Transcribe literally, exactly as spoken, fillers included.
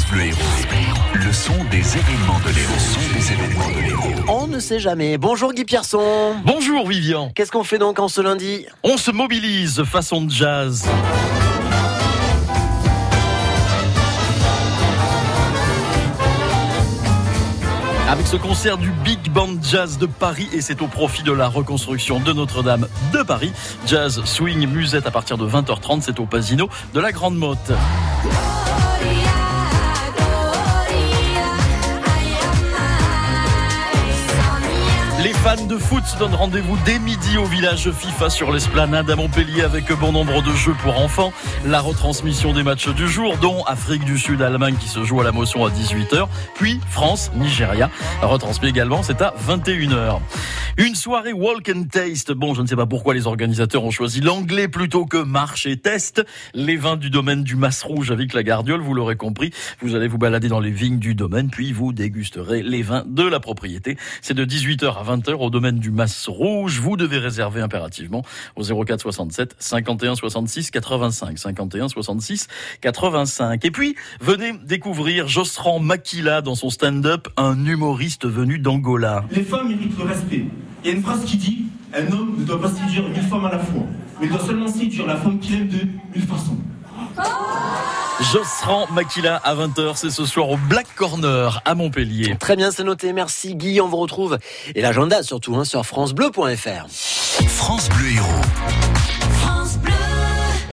Bleu Héros. Le son des événements de l'Héros. Le son des événements de l'Héros. On ne sait jamais. Bonjour Guy Pierson. Bonjour Vivian. Qu'est-ce qu'on fait donc en ce lundi ? On se mobilise façon jazz. Avec ce concert du Big Band Jazz de Paris, et c'est au profit de la reconstruction de Notre-Dame de Paris. Jazz, swing, musette à partir de vingt heures trente, c'est au Pasino de la Grande Motte. Les fans de foot se donnent rendez-vous dès midi au village FIFA sur l'Esplanade à Montpellier avec bon nombre de jeux pour enfants. La retransmission des matchs du jour, dont Afrique du Sud-Allemagne qui se joue à la Mosson à dix-huit heures, puis France-Nigeria. Retransmis également, c'est à vingt et une heures. Une soirée walk and taste. Bon, je ne sais pas pourquoi les organisateurs ont choisi l'anglais plutôt que marche et test. Les vins du domaine du Mas Rouge avec la Gardiole, vous l'aurez compris. Vous allez vous balader dans les vignes du domaine, puis vous dégusterez les vins de la propriété. C'est de dix-huit heures à vingt heures au domaine du Mas Rouge. Vous devez réserver impérativement au zéro quatre soixante-sept cinquante et un soixante-six quatre-vingt-cinq cinquante et un soixante-six quatre-vingt-cinq. Et puis, venez découvrir Josran Makila dans son stand-up, un humoriste venu d'Angola. Les femmes méritent le respect. Il y a une phrase qui dit « Un homme ne doit pas séduire mille femmes à la fois, mais il doit seulement séduire la femme qu'il aime de mille façons. » Josran Makila à vingt heures, c'est ce soir au Black Corner à Montpellier. Très bien, c'est noté. Merci Guy. On vous retrouve, et l'agenda surtout, hein, sur francebleu point f r. France Bleu Héros.